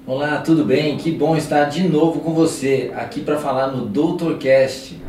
Olá, tudo bem? Que bom estar de novo com você aqui para falar no DoutorCast.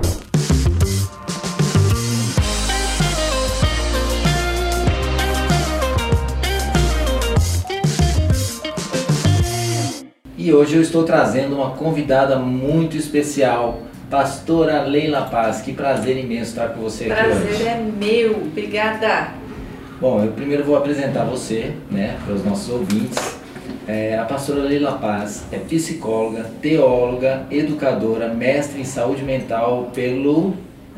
E hoje eu estou trazendo uma convidada muito especial, pastora Leila Paz. Que prazer imenso estar com você aqui hoje. Prazer é meu, obrigada. Bom, eu primeiro vou apresentar você, para os nossos ouvintes. A pastora Leila Paz é psicóloga, teóloga, educadora, mestre em saúde mental pelo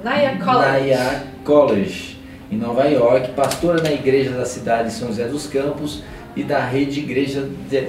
Nyack College, em Nova York, pastora na igreja da cidade de São José dos Campos e da rede Igreja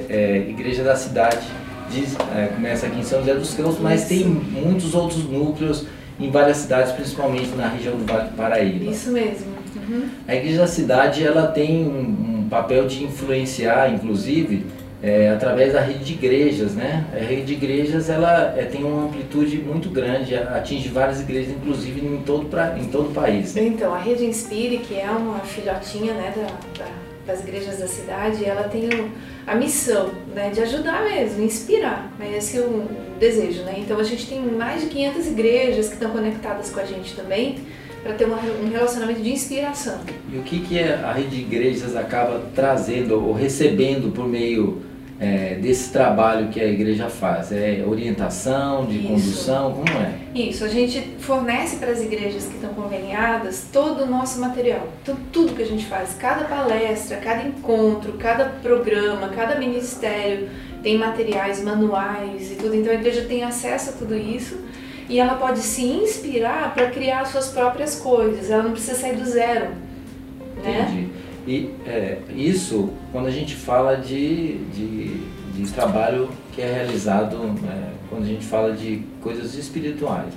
da Cidade, começa aqui em São José dos Campos, mas tem muitos outros núcleos em várias cidades, principalmente na região do Vale do Paraíba. Isso mesmo. Uhum. A Igreja da Cidade ela tem um papel de influenciar, inclusive, através da rede de igrejas, né? A rede de igrejas ela tem uma amplitude muito grande, atinge várias igrejas, inclusive em todo o país. Então, a Rede Inspire, que é uma filhotinha, né, das igrejas da cidade, ela tem a missão, né, de ajudar mesmo, inspirar. Esse é o desejo, né? Então a gente tem mais de 500 igrejas que estão conectadas com a gente também, para ter um relacionamento de inspiração. E o que a rede de igrejas acaba trazendo ou recebendo por meio desse trabalho que a igreja faz? É orientação, de condução, como é? Isso, a gente fornece para as igrejas que estão conveniadas todo o nosso material. Então, tudo que a gente faz, cada palestra, cada encontro, cada programa, cada ministério tem materiais, manuais e tudo. Então a igreja tem acesso a tudo isso e ela pode se inspirar para criar suas próprias coisas. Ela não precisa sair do zero, né? Entendi. E isso, quando a gente fala de trabalho que é realizado, quando a gente fala de coisas espirituais.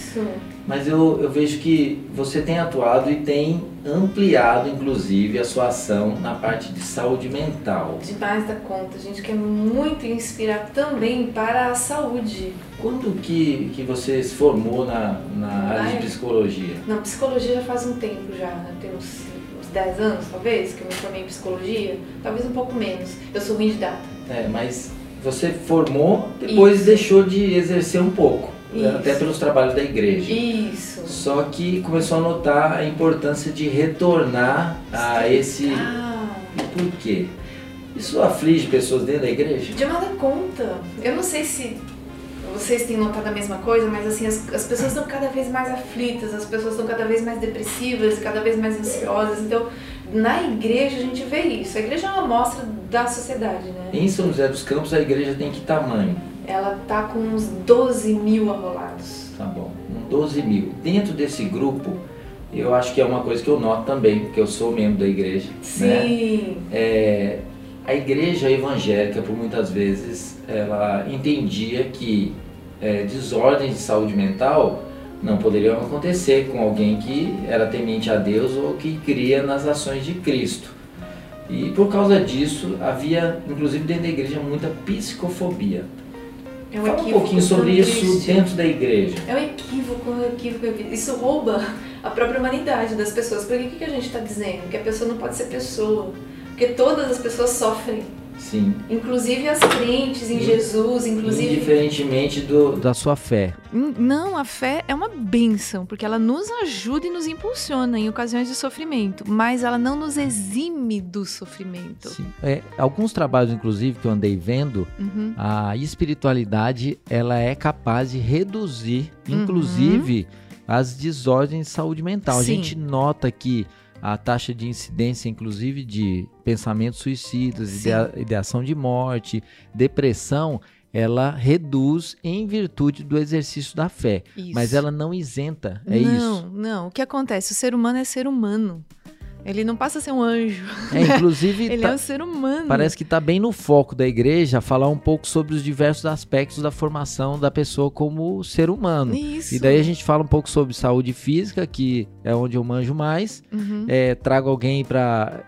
Mas eu vejo que você tem atuado e tem ampliado, inclusive, a sua ação na parte de saúde mental. Demais da conta. A gente quer muito inspirar também para a saúde. Quando que você se formou na área de psicologia? Não, psicologia já faz um tempo já, né? Tem uns 10 anos, talvez, que eu me formei em psicologia, talvez um pouco menos. Eu sou ruim de data. Mas você formou, depois deixou de exercer um pouco, até pelos trabalhos da igreja. Isso. Só que começou a notar a importância de retornar a esse... E por quê? Isso aflige pessoas dentro da igreja? De nada conta. Eu não sei se vocês têm notado a mesma coisa, mas assim, as pessoas estão cada vez mais aflitas, as pessoas estão cada vez mais depressivas, cada vez mais ansiosas. Então, na igreja a gente vê isso. A igreja é uma amostra da sociedade, né? Em São José dos Campos, a igreja tem que tamanho? Ela tá com uns 12 mil arrolados. Tá bom, 12 mil. Dentro desse grupo, eu acho que é uma coisa que eu noto também, porque eu sou membro da igreja. Sim. Né? A igreja evangélica, por muitas vezes, ela entendia que desordens de saúde mental não poderiam acontecer com alguém que era temente a Deus ou que cria nas ações de Cristo. E por causa disso, havia, inclusive dentro da igreja, muita psicofobia. Fala um pouquinho sobre isso dentro da igreja. É um equívoco. Isso rouba a própria humanidade das pessoas. Porque o que a gente está dizendo? Que a pessoa não pode ser pessoa. Porque todas as pessoas sofrem. Sim. Inclusive as crentes em Jesus, inclusive... Indiferentemente da sua fé. Não, a fé é uma bênção, porque ela nos ajuda e nos impulsiona em ocasiões de sofrimento, mas ela não nos exime do sofrimento. Sim. Alguns trabalhos, inclusive, que eu andei vendo, a espiritualidade, ela é capaz de reduzir, inclusive, as desordens de saúde mental. Sim. A gente nota que a taxa de incidência, inclusive, de pensamentos suicidas, ideação de morte, depressão, ela reduz em virtude do exercício da fé. Isso. Mas ela não isenta, isso? Não. O que acontece? O ser humano é ser humano. Ele não passa a ser um anjo. Inclusive, ele é um ser humano. Parece que está bem no foco da igreja falar um pouco sobre os diversos aspectos da formação da pessoa como ser humano. Isso. E daí a gente fala um pouco sobre saúde física, que é onde eu manjo mais. Trago alguém para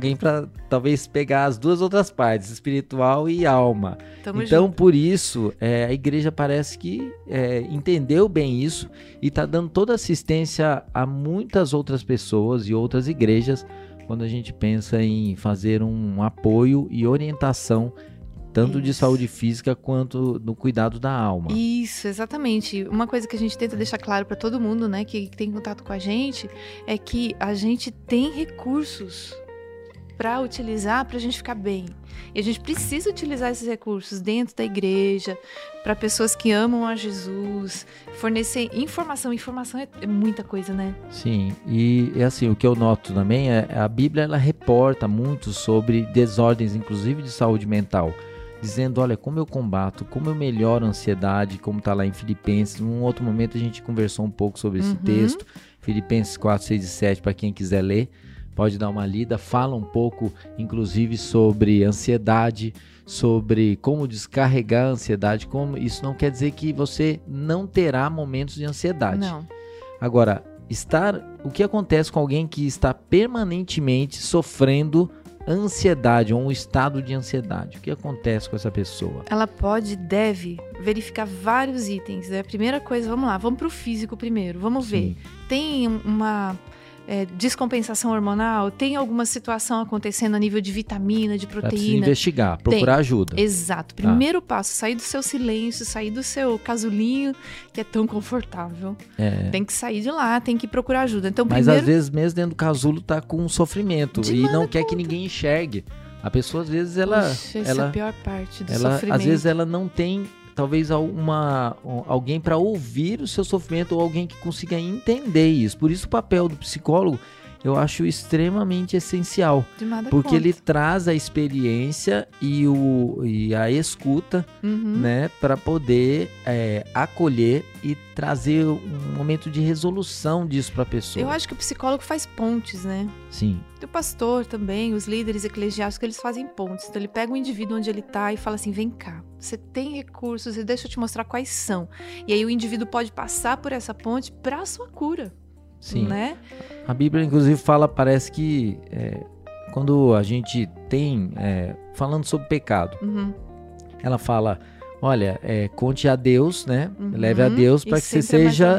talvez pegar as duas outras partes, espiritual e alma. Então, por isso, a igreja parece que entendeu bem isso e está dando toda assistência a muitas outras pessoas e outras igrejas quando a gente pensa em fazer um apoio e orientação tanto de saúde física quanto no cuidado da alma. Isso, exatamente. Uma coisa que a gente tenta deixar claro para todo mundo, né, que tem contato com a gente, é que a gente tem recursos para utilizar para a gente ficar bem. E a gente precisa utilizar esses recursos dentro da igreja, para pessoas que amam a Jesus, fornecer informação. Informação é muita coisa, né? Sim, e assim, o que eu noto também é a Bíblia, ela reporta muito sobre desordens, inclusive de saúde mental, dizendo, olha, como eu combato, como eu melhoro a ansiedade, como está lá em Filipenses. Num outro momento a gente conversou um pouco sobre esse texto, Filipenses 4, 6 e 7, para quem quiser ler. Pode dar uma lida, fala um pouco, inclusive, sobre ansiedade, sobre como descarregar a ansiedade. Como isso não quer dizer que você não terá momentos de ansiedade. Não. Agora, o que acontece com alguém que está permanentemente sofrendo ansiedade ou um estado de ansiedade? O que acontece com essa pessoa? Ela deve verificar vários itens. A primeira coisa, vamos para o físico primeiro. Vamos ver. Tem uma descompensação hormonal? Tem alguma situação acontecendo a nível de vitamina, de proteína? Precisa investigar, procurar ajuda. Exato. Primeiro passo, sair do seu silêncio, sair do seu casulinho, que é tão confortável. Tem que sair de lá, tem que procurar ajuda. Então, mas às vezes mesmo dentro do casulo tá com um sofrimento e não quer que ninguém enxergue. A pessoa às vezes essa é a pior parte do sofrimento. Às vezes ela não tem talvez alguém para ouvir o seu sofrimento ou alguém que consiga entender isso. Por isso o papel do psicólogo eu acho extremamente essencial, porque ele traz a experiência e a escuta, né, para poder acolher e trazer um momento de resolução disso para a pessoa. Eu acho que o psicólogo faz pontes, né? Sim. O pastor também, os líderes eclesiásticos, eles fazem pontes. Então ele pega o indivíduo onde ele está e fala assim, vem cá, você tem recursos e deixa eu te mostrar quais são. E aí o indivíduo pode passar por essa ponte para a sua cura. Sim. Né? A Bíblia inclusive fala, parece que quando a gente tem, falando sobre pecado, ela fala, olha, conte a Deus, né? Leve a Deus para que você seja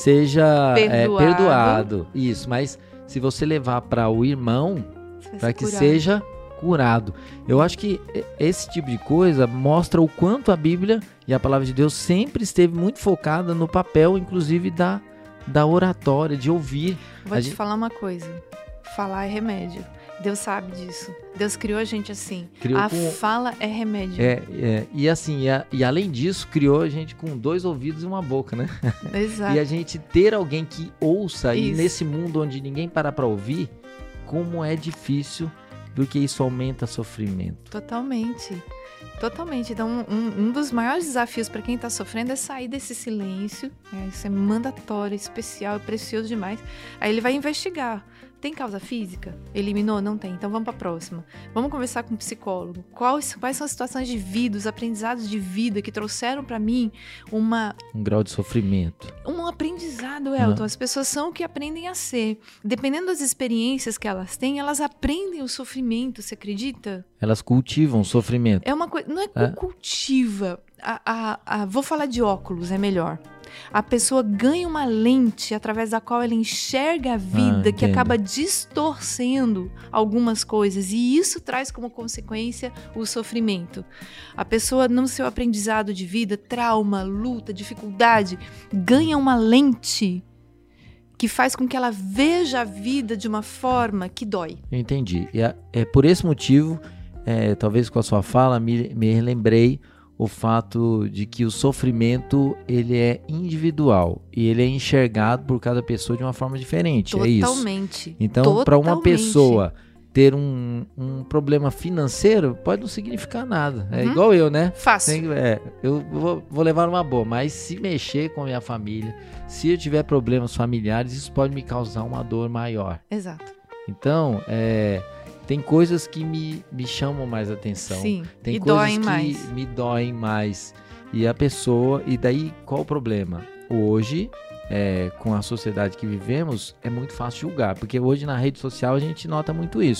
perdoado. Isso, mas se você levar para o irmão, para que seja curado. Eu acho que esse tipo de coisa mostra o quanto a Bíblia e a palavra de Deus sempre esteve muito focada no papel, inclusive, da oratória, de ouvir. Vou te falar uma coisa. Falar é remédio. Deus sabe disso. Deus criou a gente assim. Fala é remédio. E assim, e além disso, criou a gente com 2 ouvidos e uma boca, né? Exato. E a gente ter alguém que ouça, e nesse mundo onde ninguém para ouvir, como é difícil, porque isso aumenta sofrimento. Totalmente. Então, um dos maiores desafios para quem está sofrendo é sair desse silêncio. Isso é mandatório, especial, é precioso demais. Aí ele vai investigar. Tem causa física? Eliminou? Não tem. Então vamos para a próxima. Vamos conversar com um psicólogo. Quais são as situações de vida, os aprendizados de vida que trouxeram para mim um grau de sofrimento. Um aprendizado, Elton. As pessoas são o que aprendem a ser. Dependendo das experiências que elas têm, elas aprendem o sofrimento. Você acredita? Elas cultivam o sofrimento. É uma coisa. Não é que cultiva. Vou falar de óculos, é melhor. A pessoa ganha uma lente através da qual ela enxerga a vida, que acaba distorcendo algumas coisas, e isso traz como consequência o sofrimento. A pessoa, no seu aprendizado de vida, trauma, luta, dificuldade, ganha uma lente que faz com que ela veja a vida de uma forma que dói. Eu entendi. E por esse motivo, talvez com a sua fala, me lembrei o fato de que o sofrimento ele é individual e ele é enxergado por cada pessoa de uma forma diferente. Totalmente. É isso. Então, para uma pessoa ter um problema financeiro, pode não significar nada. É igual eu, né? Fácil. Eu vou levar uma boa, mas se mexer com a minha família, se eu tiver problemas familiares, isso pode me causar uma dor maior. Exato. Então, tem coisas que me chamam mais atenção. Sim, tem coisas doem que mais. Me doem mais. E a pessoa... E daí, qual o problema? Hoje, com a sociedade que vivemos, é muito fácil julgar. Porque hoje, na rede social, a gente nota muito isso.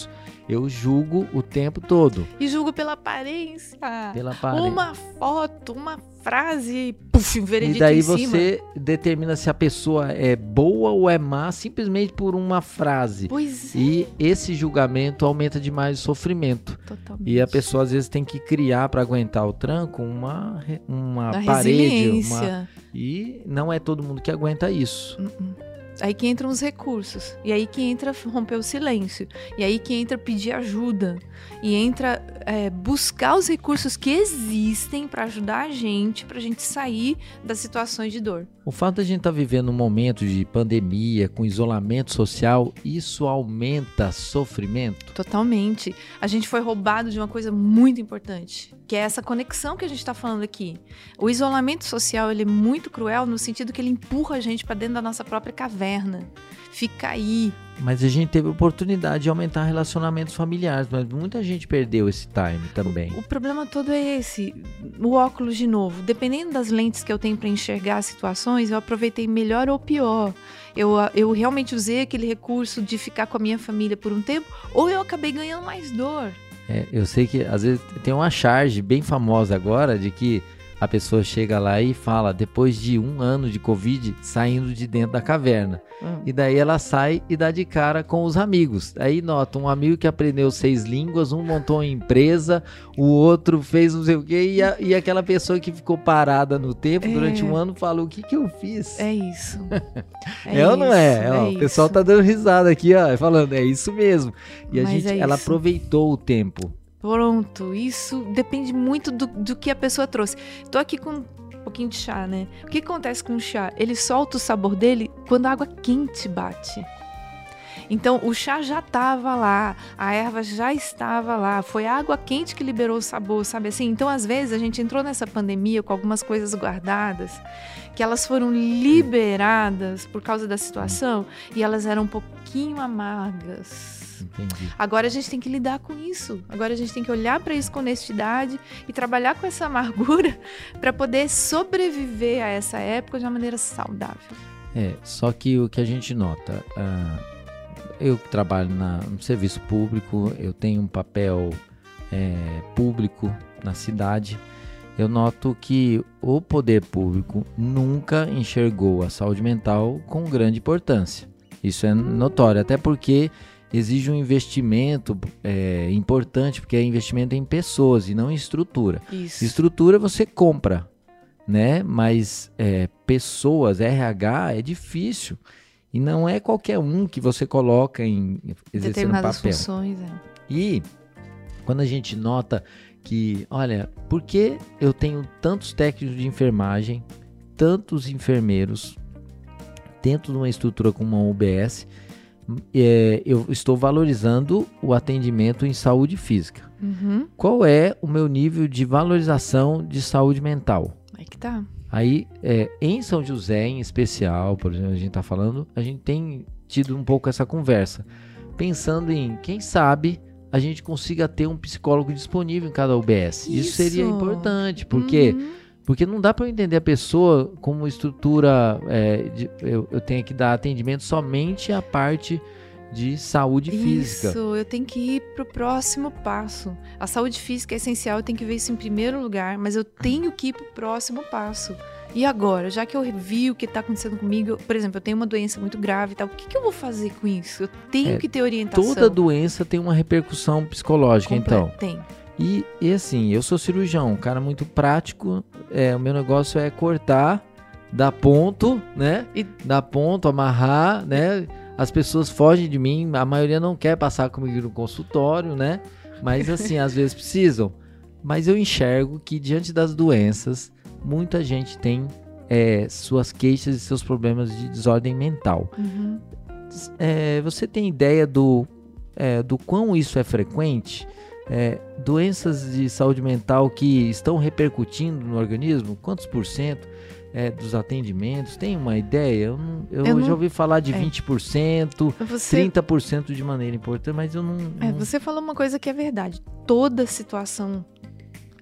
eu julgo o tempo todo. E julgo pela aparência. Pela aparência. Uma foto, uma frase, puf, um veredito e daí em cima. você determina se a pessoa é boa ou é má simplesmente por uma frase. Pois é. E esse julgamento aumenta demais o sofrimento. Totalmente. E a pessoa às vezes tem que criar para aguentar o tranco uma A parede. resiliência. E não é todo mundo que aguenta isso. Aí que entram os recursos. E aí que entra romper o silêncio. E aí que entra pedir ajuda. E entra buscar os recursos que existem para ajudar a gente, pra gente sair das situações de dor. O fato de a gente estar vivendo um momento de pandemia, com isolamento social, isso aumenta sofrimento? Totalmente. A gente foi roubado de uma coisa muito importante, que é essa conexão que a gente está falando aqui. O isolamento social, ele é muito cruel no sentido que ele empurra a gente para dentro da nossa própria caverna. Fica aí. Mas a gente teve a oportunidade de aumentar relacionamentos familiares, mas muita gente perdeu esse time também. O problema todo é esse, o óculos de novo. Dependendo das lentes que eu tenho para enxergar as situações, eu aproveitei melhor ou pior. Eu realmente usei aquele recurso de ficar com a minha família por um tempo, ou eu acabei ganhando mais dor. Eu sei que às vezes tem uma charge bem famosa agora de que a pessoa chega lá e fala, depois de 1 ano de Covid, saindo de dentro da caverna. E daí ela sai e dá de cara com os amigos. Aí nota, um amigo que aprendeu 6 línguas, um montou uma empresa, o outro fez não sei o quê, e aquela pessoa que ficou parada no tempo durante 1 ano fala, o que eu fiz? É isso. Ou não é? O pessoal tá dando risada aqui, ó, falando, é isso mesmo. E ela aproveitou o tempo. Pronto, isso depende muito do que a pessoa trouxe. Tô aqui com um pouquinho de chá, né? O que acontece com o chá? Ele solta o sabor dele quando a água quente bate. Então, o chá já estava lá, a erva já estava lá, foi a água quente que liberou o sabor, sabe assim? Então, às vezes, a gente entrou nessa pandemia com algumas coisas guardadas, que elas foram liberadas por causa da situação e elas eram um pouquinho amargas. Entendi. Agora a gente tem que lidar com isso. Agora a gente tem que olhar para isso com honestidade e trabalhar com essa amargura para poder sobreviver a essa época de uma maneira saudável. Só que o que a gente nota, eu trabalho no serviço público, eu tenho um papel público na cidade. Eu noto que o poder público nunca enxergou a saúde mental com grande importância. Isso é notório, até porque exige um investimento importante, porque é investimento em pessoas e não em estrutura. Isso. Estrutura você compra, né? Mas pessoas, RH, é difícil. E não é qualquer um que você coloca em exercer um papel. Funções, E quando a gente nota que, olha, por que eu tenho tantos técnicos de enfermagem, tantos enfermeiros dentro de uma estrutura como uma UBS, eu estou valorizando o atendimento em saúde física. Uhum. Qual é o meu nível de valorização de saúde mental? Aí que tá. Aí, em São José, em especial, por exemplo, a gente está falando, a gente tem tido um pouco essa conversa, pensando em, quem sabe, a gente consiga ter um psicólogo disponível em cada UBS. Isso seria importante, porque não dá para eu entender a pessoa como estrutura, eu tenho que dar atendimento somente à parte de saúde física. Isso, eu tenho que ir pro próximo passo. A saúde física é essencial, eu tenho que ver isso em primeiro lugar, mas eu tenho que ir pro próximo passo. E agora, já que eu vi o que está acontecendo comigo, por exemplo, eu tenho uma doença muito grave e tal, o que eu vou fazer com isso? Eu tenho que ter orientação. Toda doença tem uma repercussão psicológica, então. Tem. E assim, eu sou cirurgião, um cara muito prático, o meu negócio é cortar, dar ponto, né? Dar ponto, amarrar, né? As pessoas fogem de mim, a maioria não quer passar comigo no consultório, né? Mas assim, às vezes precisam. Mas eu enxergo que diante das doenças, muita gente tem suas queixas e seus problemas de desordem mental. Uhum. Você tem ideia do quão isso é frequente? Doenças de saúde mental que estão repercutindo no organismo? Quantos % dos atendimentos? Tem uma ideia? Eu já ouvi falar de 20%, 30% de maneira importante, mas eu não... Você falou uma coisa que é verdade. Toda situação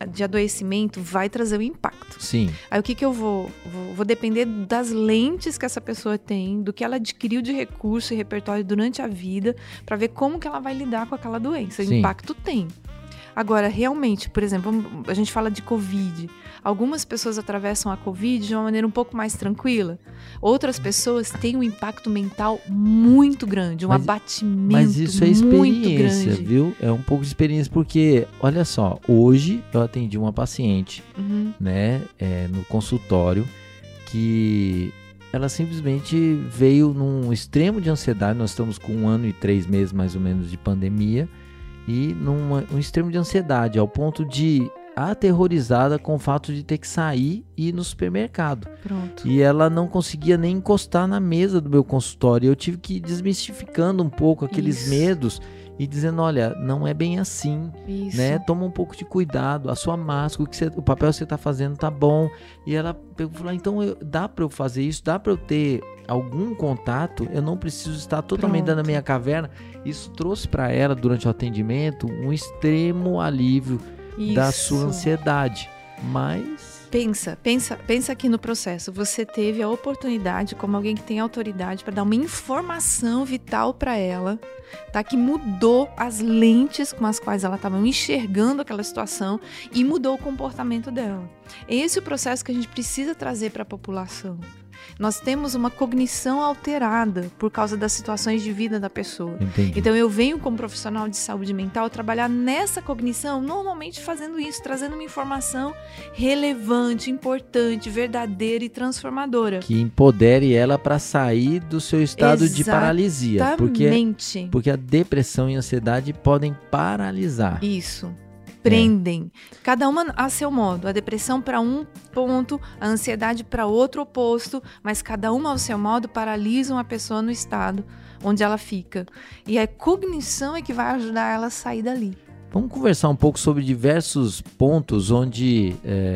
de adoecimento vai trazer um impacto. Sim. Aí o que eu vou depender das lentes que essa pessoa tem, do que ela adquiriu de recurso e repertório durante a vida, para ver como que ela vai lidar com aquela doença. Sim. O impacto tem. Agora, realmente, por exemplo, a gente fala de Covid. Algumas pessoas atravessam a Covid de uma maneira um pouco mais tranquila. Outras pessoas têm um impacto mental muito grande, um abatimento mas isso é muito experiência, grande. viu? É um pouco de experiência, porque, olha só, hoje eu atendi uma paciente, né, no consultório, que ela simplesmente veio num extremo de ansiedade. Nós estamos com 1 ano e 3 meses mais ou menos de pandemia, e um extremo de ansiedade, ao ponto de aterrorizada com o fato de ter que sair e ir no supermercado. Pronto. E ela não conseguia nem encostar na mesa do meu consultório. Eu tive que ir desmistificando um pouco aqueles medos e dizendo, olha, não é bem assim, né? Toma um pouco de cuidado, a sua máscara, o papel que você está fazendo tá bom. E ela falou, então dá para eu fazer isso, dá para eu ter algum contato, eu não preciso estar totalmente dentro da minha caverna. Isso trouxe para ela, durante o atendimento, um extremo alívio da sua ansiedade. Mas Pensa aqui no processo. Você teve a oportunidade, como alguém que tem autoridade, para dar uma informação vital para ela, tá? Que mudou as lentes com as quais ela estava enxergando aquela situação e mudou o comportamento dela. Esse é o processo que a gente precisa trazer para a população. Nós temos uma cognição alterada por causa das situações de vida da pessoa. Entendi. Então eu venho como profissional de saúde mental trabalhar nessa cognição, normalmente fazendo isso, trazendo uma informação relevante, importante, verdadeira e transformadora. Que empodere ela para sair do seu estado de paralisia. Porque a depressão e a ansiedade podem paralisar. Isso. Prendem. Cada uma a seu modo. A depressão para um ponto, a ansiedade para outro oposto, mas cada uma ao seu modo paralisam a pessoa no estado onde ela fica. E a cognição é que vai ajudar ela a sair dali. Vamos conversar um pouco sobre diversos pontos onde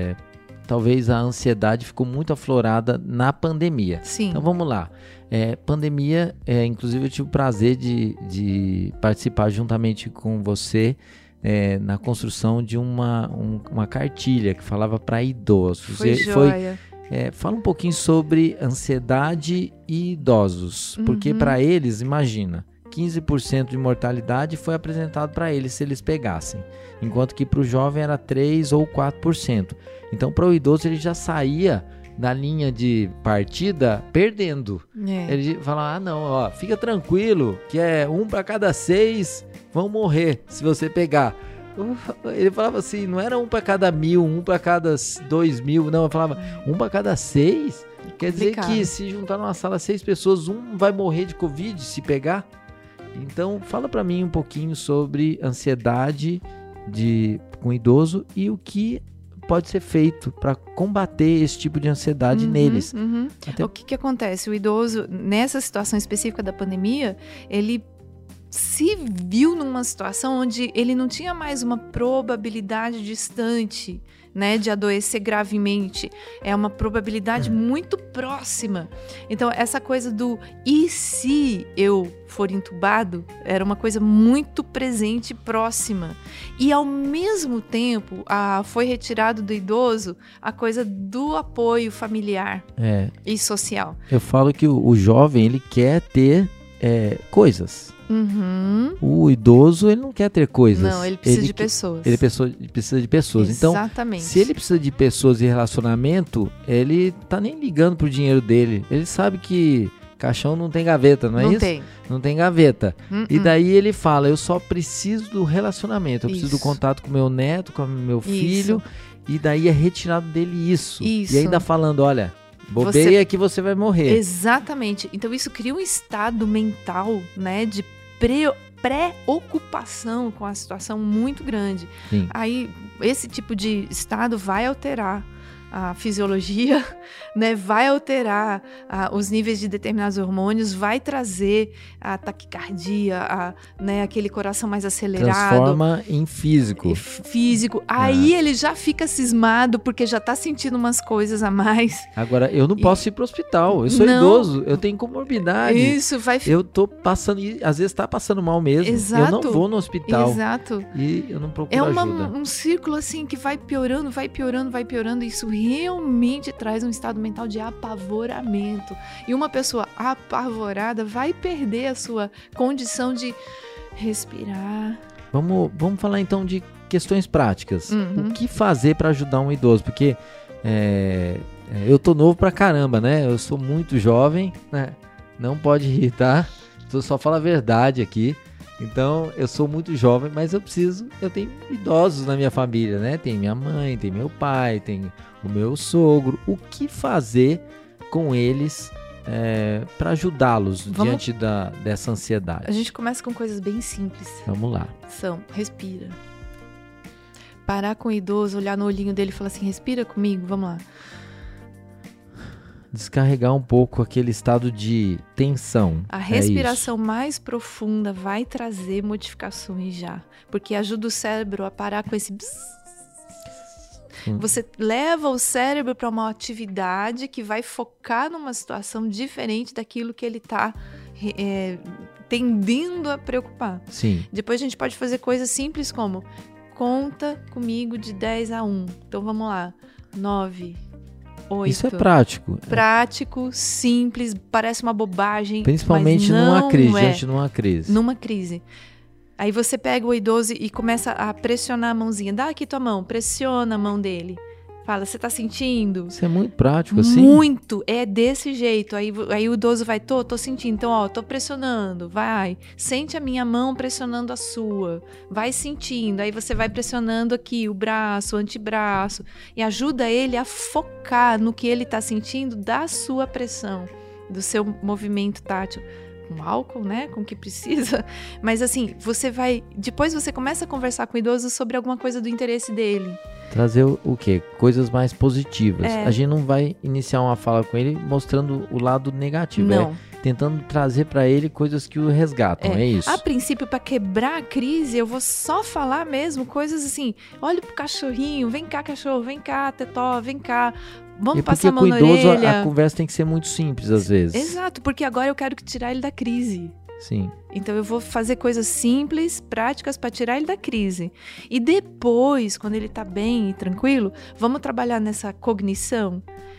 talvez a ansiedade ficou muito aflorada na pandemia. Sim. Então vamos lá. Pandemia, inclusive eu tive o prazer de participar juntamente com você na construção de uma cartilha que falava para idosos. Foi joia. Fala um pouquinho sobre ansiedade e idosos, porque para eles, imagina, 15% de mortalidade foi apresentado para eles se eles pegassem, enquanto que para o jovem era 3 ou 4%. Então para o idoso ele já saía na linha de partida perdendo. Ele fala, não, fica tranquilo, que 1 para cada 6 vão morrer se você pegar. Ele falava assim, não era 1 para cada 1.000, 1 para cada 2.000, não, eu falava 1 para cada 6. Quer dizer que se juntar numa sala 6 pessoas, 1 vai morrer de Covid se pegar. Então fala para mim um pouquinho sobre ansiedade com idoso e o que pode ser feito para combater esse tipo de ansiedade neles. O que acontece? O idoso, nessa situação específica da pandemia, ele se viu numa situação onde ele não tinha mais uma probabilidade distante, né, de adoecer gravemente. É uma probabilidade muito próxima. Então, essa coisa do e se eu for entubado era uma coisa muito presente e próxima. E, ao mesmo tempo, foi retirado do idoso a coisa do apoio familiar e social. Eu falo que o jovem, ele quer ter coisas. O idoso, ele não quer ter coisas. Não, ele precisa de pessoas. Ele precisa de pessoas. Exatamente. Então, se ele precisa de pessoas e relacionamento, ele tá nem ligando pro dinheiro dele. Ele sabe que caixão não tem gaveta, não é isso? Não tem gaveta. E daí ele fala, eu só preciso do relacionamento. Eu preciso do contato com meu neto, com meu filho. E daí é retirado dele isso. E ainda falando, olha, bobeia que você vai morrer. Exatamente. Então isso cria um estado mental, né, de preocupação com a situação muito grande. Sim. Aí esse tipo de estado vai alterar a fisiologia, né? Vai alterar os níveis de determinados hormônios, vai trazer a taquicardia, né? Aquele coração mais acelerado. Transforma em físico. Aí ele já fica cismado porque já tá sentindo umas coisas a mais. Agora, eu não posso ir pro hospital. Eu sou idoso, eu tenho comorbidade. Isso, vai ficar. Eu tô passando, às vezes tá passando mal mesmo. Exato. Eu não vou no hospital. Exato. E eu não procuro ajuda. Um círculo assim que vai piorando, vai piorando, vai piorando. E isso realmente traz um estado mental de apavoramento. E uma pessoa apavorada vai perder a sua condição de respirar. Vamos falar então de questões práticas. O que fazer para ajudar um idoso? Porque eu tô novo pra caramba, né? Eu sou muito jovem, né? Não pode rir, tá? Eu só falo a verdade aqui. Então, eu sou muito jovem, mas eu tenho idosos na minha família, né? Tem minha mãe, tem meu pai, tem o meu sogro. O que fazer com eles para ajudá-los diante dessa ansiedade? A gente começa com coisas bem simples. Vamos lá. Respira. Parar com o idoso, olhar no olhinho dele e falar assim, respira comigo, vamos lá. Descarregar um pouco aquele estado de tensão. A respiração mais profunda vai trazer modificações já, porque ajuda o cérebro a parar com esse Você leva o cérebro para uma atividade que vai focar numa situação diferente daquilo que ele está tendendo a preocupar. Sim. Depois a gente pode fazer coisas simples como conta comigo de 10 a 1. Então vamos lá. 9, 8. Isso é prático. Prático, simples, parece uma bobagem. Principalmente mas não numa crise, é. Numa crise. Aí você pega o idoso e começa a pressionar a mãozinha. Dá aqui tua mão, pressiona a mão dele. Fala, você tá sentindo? Isso é muito prático, assim? Muito, é desse jeito. Aí o idoso vai, tô sentindo. Então, tô pressionando, vai. Sente a minha mão pressionando a sua. Vai sentindo. Aí você vai pressionando aqui o braço, o antebraço. E ajuda ele a focar no que ele tá sentindo da sua pressão, do seu movimento tátil. Com álcool, né? Com o que precisa. Mas assim, depois você começa a conversar com o idoso sobre alguma coisa do interesse dele. Trazer o quê? Coisas mais positivas. A gente não vai iniciar uma fala com ele mostrando o lado negativo. Não. Tentando trazer para ele coisas que o resgatam, é isso? A princípio, para quebrar a crise, eu vou só falar mesmo coisas assim. Olha pro cachorrinho, vem cá cachorro, vem cá tetó, vem cá. Vamos passar a mão na orelha. Porque com o idoso a conversa tem que ser muito simples às vezes. Exato, porque agora eu quero tirar ele da crise. Sim. Então eu vou fazer coisas simples, práticas para tirar ele da crise. E depois, quando ele tá bem e tranquilo, vamos trabalhar nessa cognição.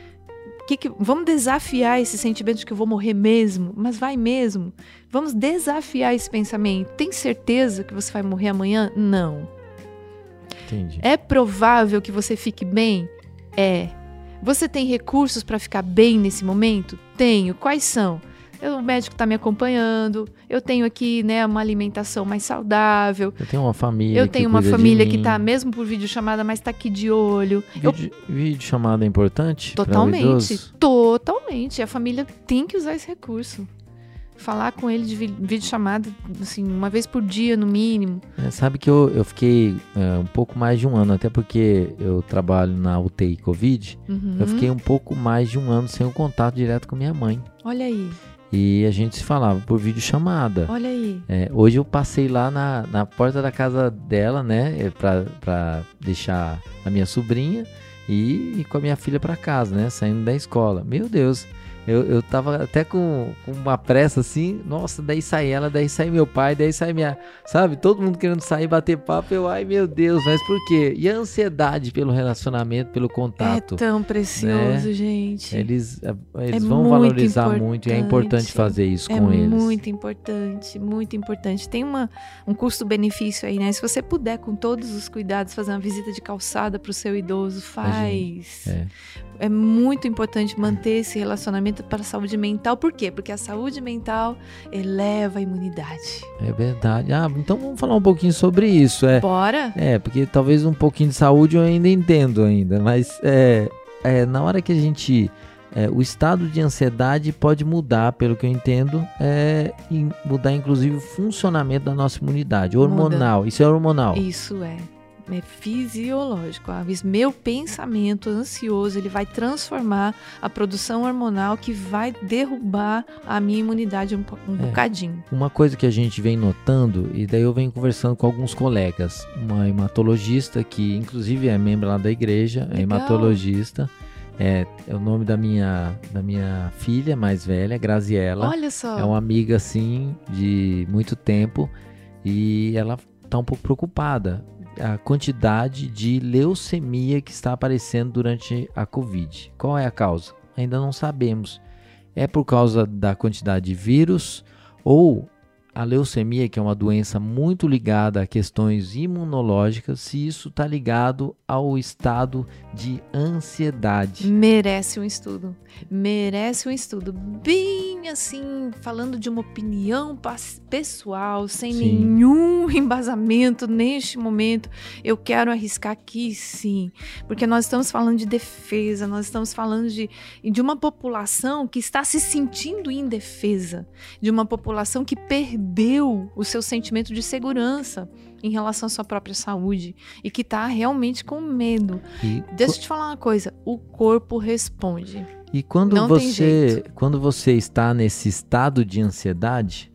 Vamos desafiar esse sentimento de que eu vou morrer mesmo, mas vai mesmo. Vamos desafiar esse pensamento. Tem certeza que você vai morrer amanhã? Não. Entendi. É provável que você fique bem? É. Você tem recursos para ficar bem nesse momento? Tenho. Quais são? O médico está me acompanhando, eu tenho aqui, né, uma alimentação mais saudável. Eu tenho uma família que está, mesmo por videochamada, mas está aqui de olho. Videochamada é importante? Totalmente, totalmente. A família tem que usar esse recurso. Falar com ele de videochamada, assim, uma vez por dia, no mínimo. Sabe que eu fiquei um pouco mais de um ano, até porque eu trabalho na UTI Covid. Eu fiquei um pouco mais de um ano sem o contato direto com minha mãe. Olha aí. E a gente se falava por videochamada. Olha aí. Hoje eu passei lá na porta da casa dela, né, pra deixar a minha sobrinha e com a minha filha pra casa, né, saindo da escola. Meu Deus, eu tava até com uma pressa assim, nossa, daí sai ela, daí sai meu pai, daí sai minha, sabe, todo mundo querendo sair, bater papo, ai meu Deus, mas por quê? E a ansiedade pelo relacionamento, pelo contato? É tão precioso, né? Gente. Eles vão valorizar muito e é importante fazer isso com eles. É muito importante, muito importante. Tem um custo-benefício aí, né? Se você puder, com todos os cuidados, fazer uma visita de calçada pro seu idoso, faz. É muito importante manter esse relacionamento para a saúde mental. Por quê? Porque a saúde mental eleva a imunidade. É verdade. Então vamos falar um pouquinho sobre isso. Bora? Porque talvez um pouquinho de saúde eu ainda entendo ainda, mas na hora que a gente... o estado de ansiedade pode mudar, pelo que eu entendo, e mudar inclusive o funcionamento da nossa imunidade hormonal. Isso é hormonal? Isso é. é fisiológico. Meu pensamento ansioso, ele vai transformar a produção hormonal que vai derrubar a minha imunidade um bocadinho. Uma coisa que a gente vem notando, e daí eu venho conversando com alguns colegas, uma hematologista que inclusive é membro lá da igreja, Legal. é hematologista, é o nome da minha filha mais velha, Graziella. Olha só. É uma amiga assim de muito tempo e ela está um pouco preocupada. A quantidade de leucemia que está aparecendo durante a Covid. Qual é a causa? Ainda não sabemos. É por causa da quantidade de vírus ou a leucemia, que é uma doença muito ligada a questões imunológicas, se isso está ligado ao estado de ansiedade. Merece um estudo. Merece um estudo. Bem assim, falando de uma opinião pessoal, sem nenhum embasamento neste momento, eu quero arriscar aqui sim. Porque nós estamos falando de defesa, nós estamos falando de uma população que está se sentindo indefesa, de uma população que perdeu o seu sentimento de segurança em relação à sua própria saúde e que está realmente com medo. Deixa eu te falar uma coisa, o corpo responde. E quando você está nesse estado de ansiedade,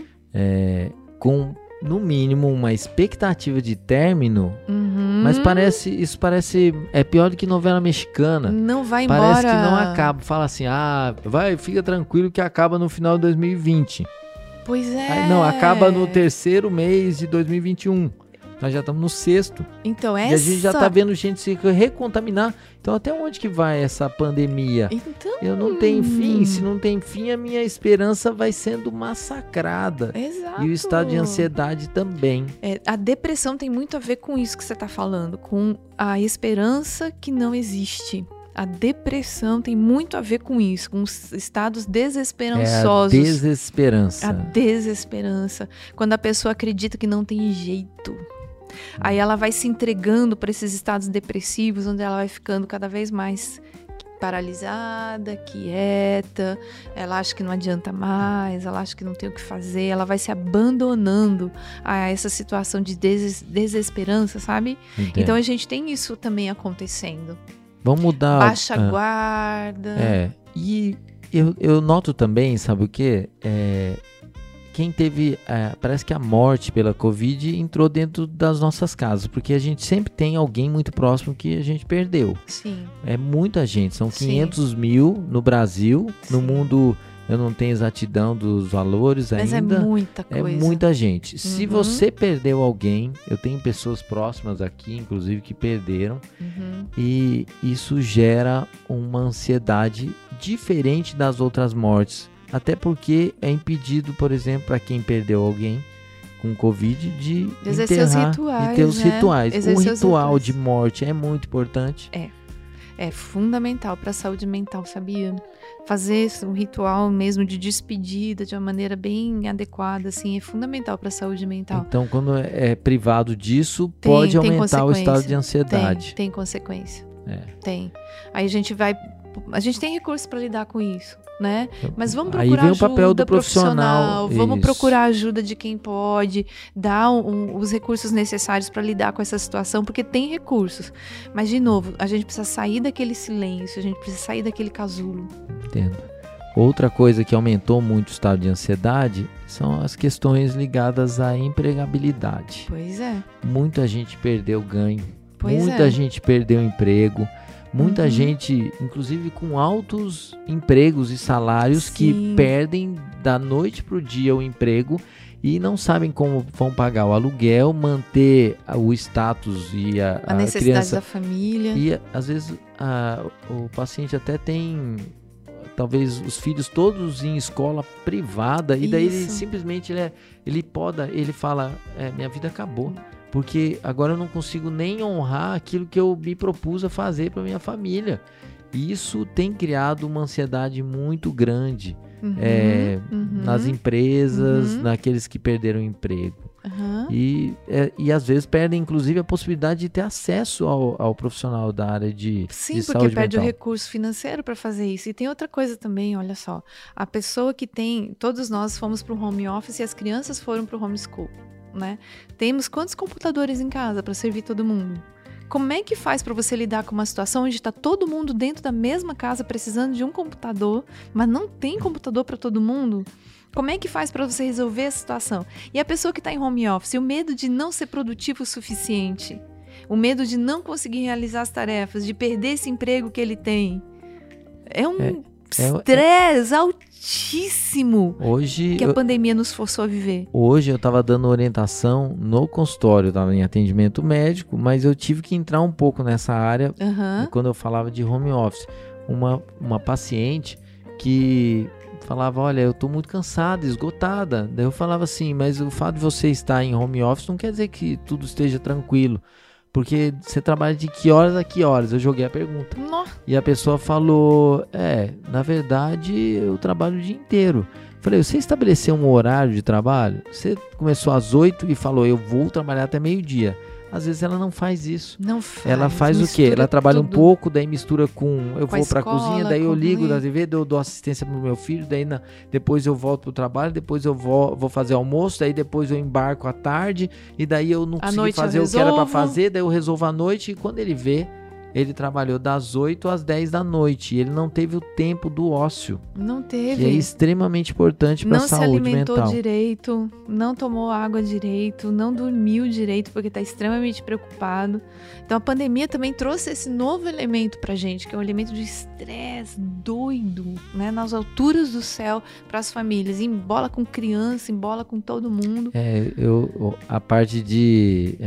com no mínimo uma expectativa de término, mas isso parece é pior do que novela mexicana. Não vai embora. Parece que não acaba. Fala assim, fica tranquilo que acaba no final de 2020. Pois é. Aí, não, acaba no terceiro mês de 2021. Nós já estamos no sexto. Então, e a gente já está vendo gente se recontaminar. Então, até onde que vai essa pandemia? Então... Eu não tenho fim. Se não tem fim, a minha esperança vai sendo massacrada. Exato. E o estado de ansiedade também. A depressão tem muito a ver com isso que você está falando. Com a esperança que não existe. A depressão tem muito a ver com isso, com os estados desesperançosos. É a desesperança. A desesperança. Quando a pessoa acredita que não tem jeito. Aí ela vai se entregando para esses estados depressivos, onde ela vai ficando cada vez mais paralisada, quieta, ela acha que não adianta mais, ela acha que não tem o que fazer, ela vai se abandonando a essa situação de desesperança, sabe? Entendo. Então a gente tem isso também acontecendo. Vamos mudar. Baixa guarda. E eu noto também, sabe o quê? Quem teve, parece que a morte pela Covid entrou dentro das nossas casas, porque a gente sempre tem alguém muito próximo que a gente perdeu. Sim. É muita gente, são 500 mil no Brasil, no mundo eu não tenho exatidão dos valores ainda. Mas é muita coisa. É muita gente. Se você perdeu alguém, eu tenho pessoas próximas aqui, inclusive, que perderam, e isso gera uma ansiedade diferente das outras mortes. Até porque é impedido, por exemplo, para quem perdeu alguém com Covid, de exercer enterrar os rituais, e ter os rituais. Exercer o ritual de morte é muito importante. É fundamental para a saúde mental, sabia? Fazer um ritual mesmo de despedida de uma maneira bem adequada, assim, é fundamental para a saúde mental. Então, quando é privado disso, pode aumentar o estado de ansiedade. Tem consequência. Tem. Aí a gente tem recursos para lidar com isso, né? Mas vamos procurar aí vem ajuda o papel do profissional. Vamos procurar ajuda de quem pode, dar os recursos necessários para lidar com essa situação, porque tem recursos. Mas, de novo, a gente precisa sair daquele silêncio, a gente precisa sair daquele casulo. Entendo. Outra coisa que aumentou muito o estado de ansiedade são as questões ligadas à empregabilidade. Pois é. Muita gente perdeu ganho, muita gente perdeu emprego. Muita gente, inclusive com altos empregos e salários, que perdem da noite para o dia o emprego e não sabem como vão pagar o aluguel, manter o status e a necessidade criança, da família. E às vezes o paciente até tem, talvez, os filhos todos em escola privada e daí ele simplesmente ele fala, minha vida acabou. Porque agora eu não consigo nem honrar aquilo que eu me propus a fazer para minha família. E isso tem criado uma ansiedade muito grande nas empresas, naqueles que perderam o emprego. E às vezes perdem, inclusive, a possibilidade de ter acesso ao profissional da área de saúde mental. Sim, porque perde o recurso financeiro para fazer isso. E tem outra coisa também, olha só. A pessoa que todos nós fomos para o home office e as crianças foram para o homeschool. né? Temos quantos computadores em casa para servir todo mundo? Como é que faz para você lidar com uma situação onde está todo mundo dentro da mesma casa precisando de um computador, mas não tem computador para todo mundo? Como é que faz para você resolver essa situação? E a pessoa que está em home office, o medo de não ser produtivo o suficiente, o medo de não conseguir realizar as tarefas, de perder esse emprego que ele tem, é um estresse altíssimo que a pandemia nos forçou a viver. Hoje eu estava dando orientação no consultório, eu estava em atendimento médico, mas eu tive que entrar um pouco nessa área quando eu falava de home office. Uma paciente que falava, olha, eu estou muito cansada, esgotada. Daí eu falava assim, mas o fato de você estar em home office não quer dizer que tudo esteja tranquilo. Porque você trabalha de que horas a que horas? Eu joguei a pergunta. Nossa. E a pessoa falou, na verdade eu trabalho o dia inteiro. Falei, você estabeleceu um horário de trabalho? Você começou às 8 e falou, eu vou trabalhar até meio-dia. Às vezes ela não faz isso. Não faz. Ela faz o quê? Ela trabalha um pouco, daí mistura com... Eu vou pra cozinha, daí eu ligo da TV, eu dou assistência pro meu filho, daí depois eu volto pro trabalho, depois eu vou fazer almoço, daí depois eu embarco à tarde, e daí eu não consegui fazer o que era pra fazer, daí eu resolvo à noite, e quando ele vê, ele trabalhou das 8 às 10 da noite, e ele não teve o tempo do ócio. Não teve. Que é extremamente importante para a saúde mental. Não se alimentou direito, não tomou água direito, não dormiu direito porque está extremamente preocupado. Então a pandemia também trouxe esse novo elemento pra gente, que é um elemento de estresse doido, né? Nas alturas do céu para as famílias. Embola com criança, embola com todo mundo. A parte de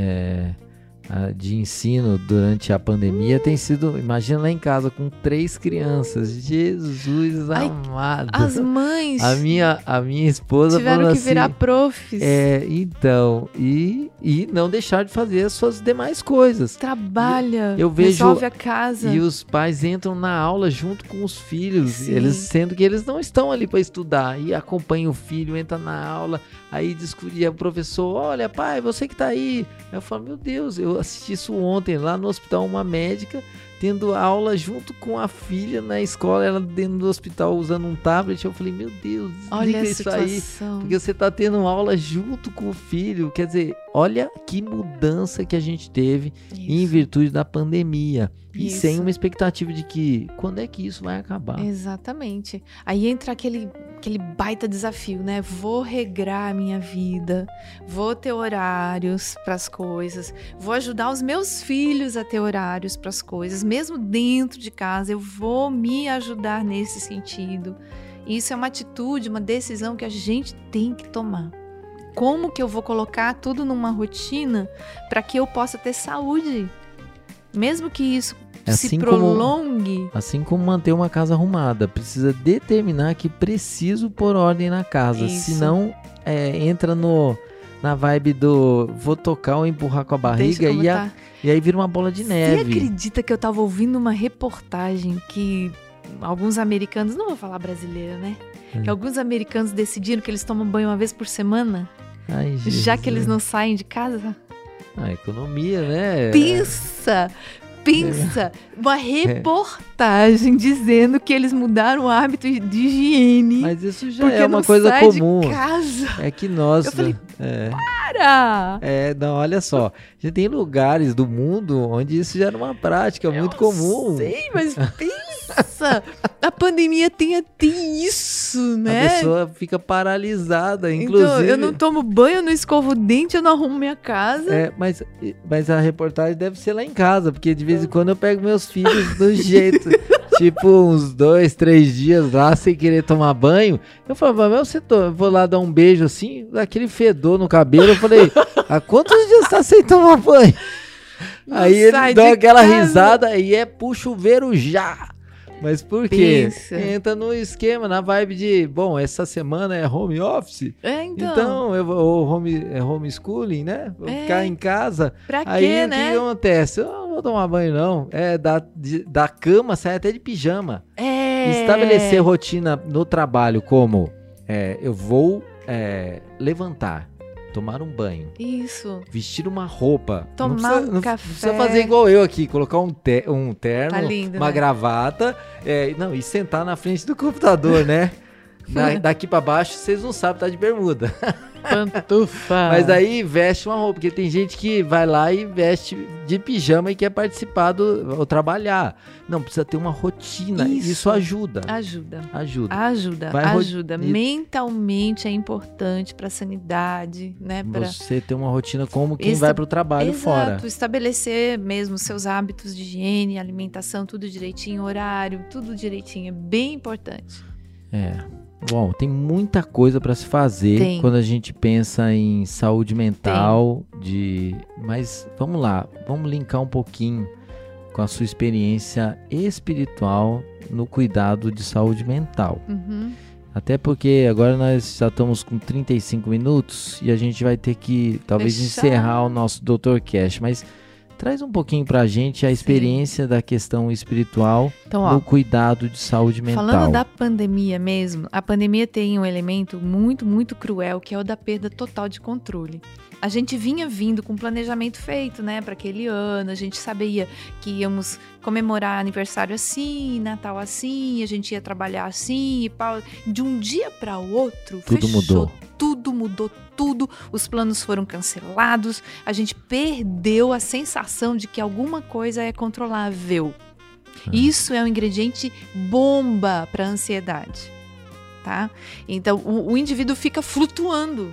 ensino durante a pandemia tem sido, imagina lá em casa com 3 crianças, Jesus amado. As mães a minha esposa tiveram falou que virar profs. Então, e não deixar de fazer as suas demais coisas. Trabalha, eu vejo, resolve a casa. E os pais entram na aula junto com os filhos, sendo que eles não estão ali para estudar, e acompanham o filho, entra na aula, aí discute, o professor, olha pai, você que tá aí. Eu falo, meu Deus, eu assisti isso ontem lá no hospital, uma médica tendo aula junto com a filha na escola, ela dentro do hospital usando um tablet. Eu falei, meu Deus, olha isso aí, porque você tá tendo aula junto com o filho. Quer dizer, olha que mudança que a gente teve em virtude da pandemia. E sem uma expectativa de que, quando é que isso vai acabar? Exatamente. Aí entra aquele baita desafio, né? Vou regrar a minha vida, vou ter horários para as coisas, vou ajudar os meus filhos a ter horários para as coisas, mesmo dentro de casa, eu vou me ajudar nesse sentido. Isso é uma atitude, uma decisão que a gente tem que tomar. Como que eu vou colocar tudo numa rotina para que eu possa ter saúde? Mesmo que isso se prolongue. Assim como manter uma casa arrumada, precisa determinar que preciso pôr ordem na casa, senão entra na vibe do vou tocar ou empurrar com a barriga e aí vira uma bola de neve. Você acredita que eu tava ouvindo uma reportagem que alguns americanos, não vou falar brasileira, né? Que alguns americanos decidiram que eles tomam banho uma vez por semana, já que eles não saem de casa? A economia, né? Pensa, uma reportagem dizendo que eles mudaram o hábito de higiene. Mas isso já é uma coisa comum. De casa. É que nós... Eu falei, para! Não, olha só. Já tem lugares do mundo onde isso já era uma prática muito comum. Sei, mas pensa! A pandemia tem isso, né? A pessoa fica paralisada, inclusive. Então, eu não tomo banho, eu não escovo o dente, eu não arrumo minha casa. Mas a reportagem deve ser lá em casa, porque de vez em quando eu pego meus filhos do jeito, tipo uns 2, 3 dias lá sem querer tomar banho. Eu falava, mas eu vou lá dar um beijo assim, daquele fedor no cabelo. Eu falei, há quantos dias você tá sem tomar banho? Aí ele dá aquela risada e pro chuveiro já. Mas por quê? Entra no esquema, na vibe de, bom, essa semana é home office, então eu vou homeschooling, né? Vou ficar em casa. Pra quê, aí né? O que acontece? Eu não vou tomar banho, não. Da cama sai até de pijama. Estabelecer rotina no trabalho como eu vou levantar, tomar um banho. Isso. Vestir uma roupa. Tomar um café. Não precisa fazer igual eu aqui, colocar um terno, tá lindo, uma né? gravata, e sentar na frente do computador, né? Daqui pra baixo, vocês não sabem, tá de bermuda. Pantufa. Mas aí veste uma roupa, porque tem gente que vai lá e veste de pijama e quer participar ou trabalhar. Não, precisa ter uma rotina. Isso ajuda. Ajuda. Mentalmente é importante para a sanidade, né? Você ter uma rotina como quem vai para o trabalho fora. Exato, estabelecer mesmo seus hábitos de higiene, alimentação, tudo direitinho, horário, tudo direitinho, é bem importante. Bom, tem muita coisa para se fazer quando a gente pensa em saúde mental, mas vamos lá, vamos linkar um pouquinho com a sua experiência espiritual no cuidado de saúde mental. Até porque agora nós já estamos com 35 minutos e a gente vai ter que talvez encerrar o nosso Dr. Cash, mas traz um pouquinho pra gente a experiência da questão espiritual no cuidado de saúde mental. Falando da pandemia mesmo, a pandemia tem um elemento muito, muito cruel, que é o da perda total de controle. A gente vinha vindo com planejamento feito, né, para aquele ano, a gente sabia que íamos comemorar aniversário assim, Natal assim, a gente ia trabalhar assim, e de um dia para o outro, tudo mudou, os planos foram cancelados, a gente perdeu a sensação de que alguma coisa é controlável. Isso é um ingrediente bomba para a ansiedade, tá? Então, o indivíduo fica flutuando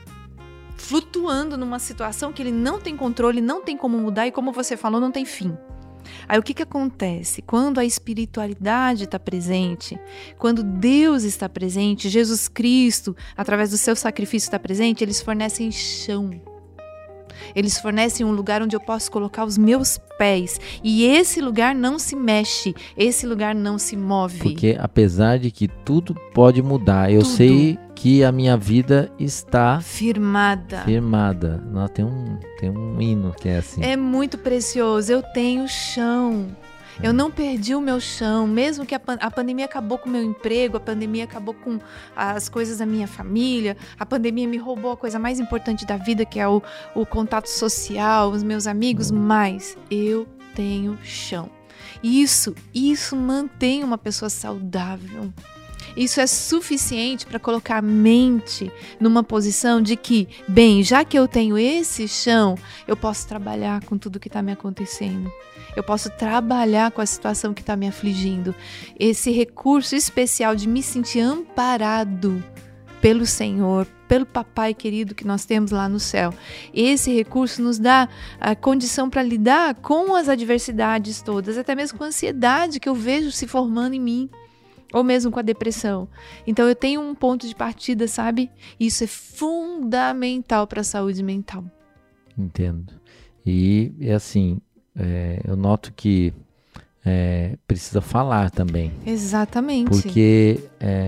numa situação que ele não tem controle, não tem como mudar e, como você falou, não tem fim. Aí o que acontece? Quando a espiritualidade está presente, quando Deus está presente, Jesus Cristo, através do seu sacrifício está presente, eles fornecem chão. Eles fornecem um lugar onde eu posso colocar os meus pés. E esse lugar não se mexe, esse lugar não se move. Porque apesar de que tudo pode mudar, eu sei que a minha vida está firmada. Tem um hino que é assim. É muito precioso, eu tenho chão. Eu não perdi o meu chão, mesmo que a pandemia acabou com o meu emprego, a pandemia acabou com as coisas da minha família, a pandemia me roubou a coisa mais importante da vida, que é o contato social, os meus amigos, mas eu tenho chão. Isso mantém uma pessoa saudável. Isso é suficiente para colocar a mente numa posição de que, bem, já que eu tenho esse chão, eu posso trabalhar com tudo que está me acontecendo. Eu posso trabalhar com a situação que está me afligindo. Esse recurso especial de me sentir amparado pelo Senhor, pelo papai querido que nós temos lá no céu. Esse recurso nos dá a condição para lidar com as adversidades todas, até mesmo com a ansiedade que eu vejo se formando em mim. Ou mesmo com a depressão. Então eu tenho um ponto de partida, sabe? Isso é fundamental para a saúde mental. Entendo. E assim, eu noto que precisa falar também. Exatamente. Porque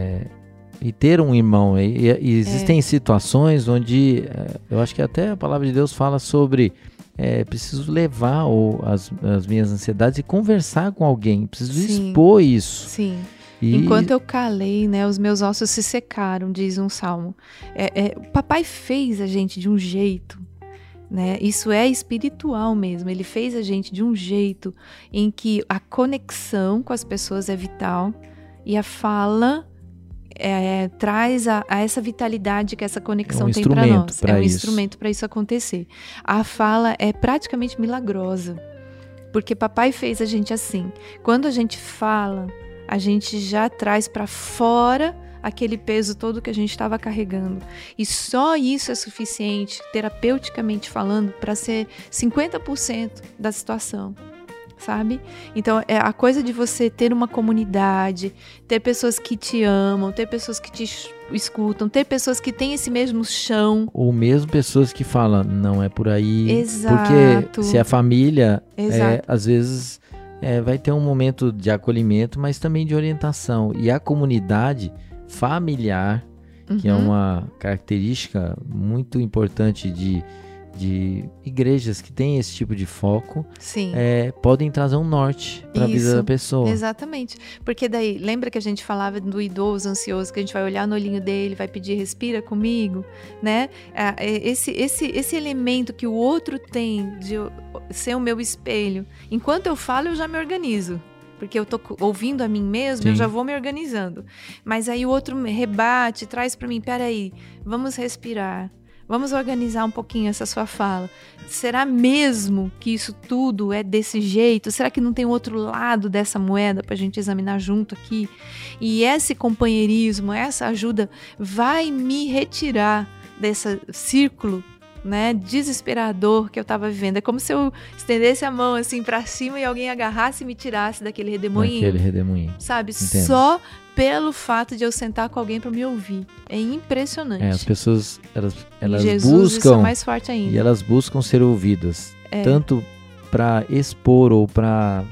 e ter um irmão, e existem situações onde eu acho que até a palavra de Deus fala sobre preciso levar as minhas ansiedades e conversar com alguém, preciso expor isso. Sim. Enquanto eu calei, né, os meus ossos se secaram, diz um salmo. O papai fez a gente de um jeito, né? Isso é espiritual mesmo. Ele fez a gente de um jeito em que a conexão com as pessoas é vital e a fala traz a essa vitalidade que essa conexão tem para nós. É um instrumento para isso acontecer. A fala é praticamente milagrosa, porque papai fez a gente assim. Quando a gente fala, a gente já traz para fora aquele peso todo que a gente estava carregando. E só isso é suficiente, terapeuticamente falando, para ser 50% da situação, sabe? Então, é a coisa de você ter uma comunidade, ter pessoas que te amam, ter pessoas que te escutam, ter pessoas que têm esse mesmo chão. Ou mesmo pessoas que falam, não é por aí. Exato. Porque se a família, às vezes... vai ter um momento de acolhimento, mas também de orientação. E a comunidade familiar, que é uma característica muito importante de igrejas que têm esse tipo de foco, podem trazer um norte para a vida da pessoa. Exatamente. Porque daí, lembra que a gente falava do idoso ansioso, que a gente vai olhar no olhinho dele, vai pedir, respira comigo, né? Esse elemento que o outro tem de ser o meu espelho. Enquanto eu falo, eu já me organizo. porque eu tô ouvindo a mim mesma, Sim. eu já vou me organizando. Mas aí o outro me rebate, traz para mim, peraí, vamos respirar. Vamos organizar um pouquinho essa sua fala. Será mesmo que isso tudo é desse jeito? Será que não tem outro lado dessa moeda para a gente examinar junto aqui? E esse companheirismo, essa ajuda vai me retirar desse círculo, né, desesperador que eu estava vivendo. É como se eu estendesse a mão assim para cima e alguém agarrasse e me tirasse daquele redemoinho. Sabe? Entendo. Só pelo fato de eu sentar com alguém para me ouvir. É impressionante. As pessoas, elas Jesus, buscam, isso é mais forte ainda. e elas buscam ser ouvidas, tanto para expor ou para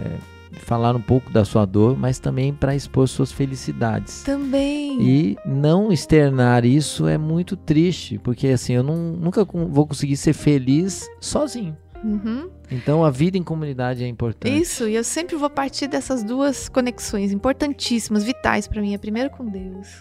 falar um pouco da sua dor, mas também para expor suas felicidades. Também. E não externar isso é muito triste, porque assim, eu nunca vou conseguir ser feliz sozinho. Uhum. Então a vida em comunidade é importante. Isso, e eu sempre vou partir dessas duas conexões importantíssimas, vitais para mim. A primeira com Deus,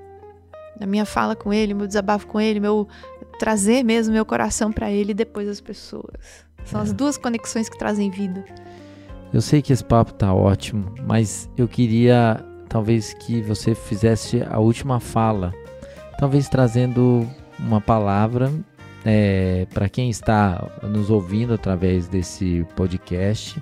a minha fala com Ele, meu desabafo com Ele, meu trazer mesmo meu coração para Ele, e depois as pessoas. São as duas conexões que trazem vida. Eu sei que esse papo tá ótimo, mas eu queria talvez que você fizesse a última fala, talvez trazendo uma palavra para quem está nos ouvindo através desse podcast,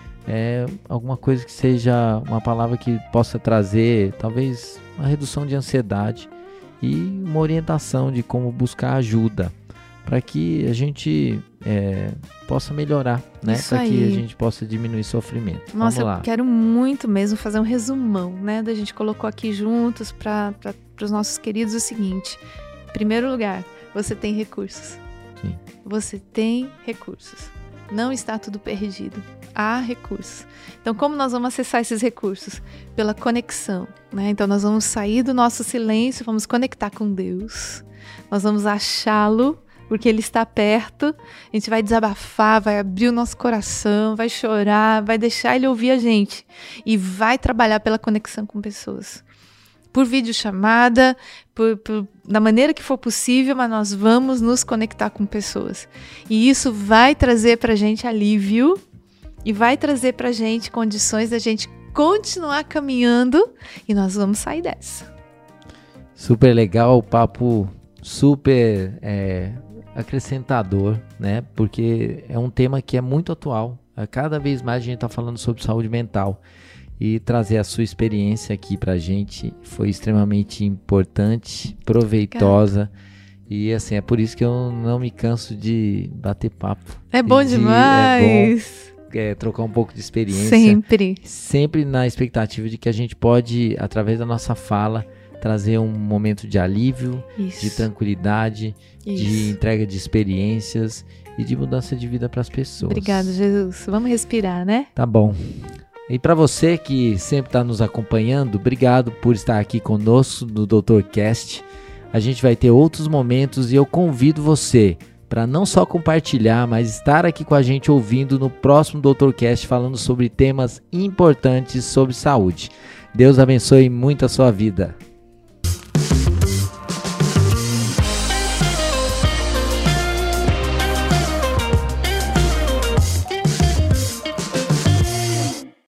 alguma coisa que seja uma palavra que possa trazer talvez uma redução de ansiedade e uma orientação de como buscar ajuda para que a gente possa melhorar, né? Para que a gente possa diminuir sofrimento. Nossa, Vamos lá. Eu quero muito mesmo fazer um resumão, né? Da gente colocou aqui juntos para os nossos queridos o seguinte: em primeiro lugar, você tem recursos. Sim. Você tem recursos. Não está tudo perdido. Há recursos. Então, como nós vamos acessar esses recursos? Pela conexão, né? Então, nós vamos sair do nosso silêncio, vamos conectar com Deus. Nós vamos achá-lo, porque Ele está perto. A gente vai desabafar, vai abrir o nosso coração, vai chorar, vai deixar Ele ouvir a gente. E vai trabalhar pela conexão com pessoas. Por videochamada, da maneira que for possível, mas nós vamos nos conectar com pessoas. E isso vai trazer pra gente alívio e vai trazer pra gente condições da gente continuar caminhando e nós vamos sair dessa. Super legal, papo super acrescentador, né? Porque é um tema que é muito atual. Cada vez mais a gente está falando sobre saúde mental. E trazer a sua experiência aqui pra gente foi extremamente importante, proveitosa. E assim, é por isso que eu não me canso de bater papo. É bom demais! É bom trocar um pouco de experiência. Sempre na expectativa de que a gente pode, através da nossa fala, trazer um momento de alívio, de tranquilidade, de entrega de experiências e de mudança de vida para as pessoas. Obrigada, Jesus. Vamos respirar, né? Tá bom. E para você que sempre está nos acompanhando, obrigado por estar aqui conosco no DoutorCast. A gente vai ter outros momentos e eu convido você para não só compartilhar, mas estar aqui com a gente ouvindo no próximo DoutorCast falando sobre temas importantes sobre saúde. Deus abençoe muito a sua vida.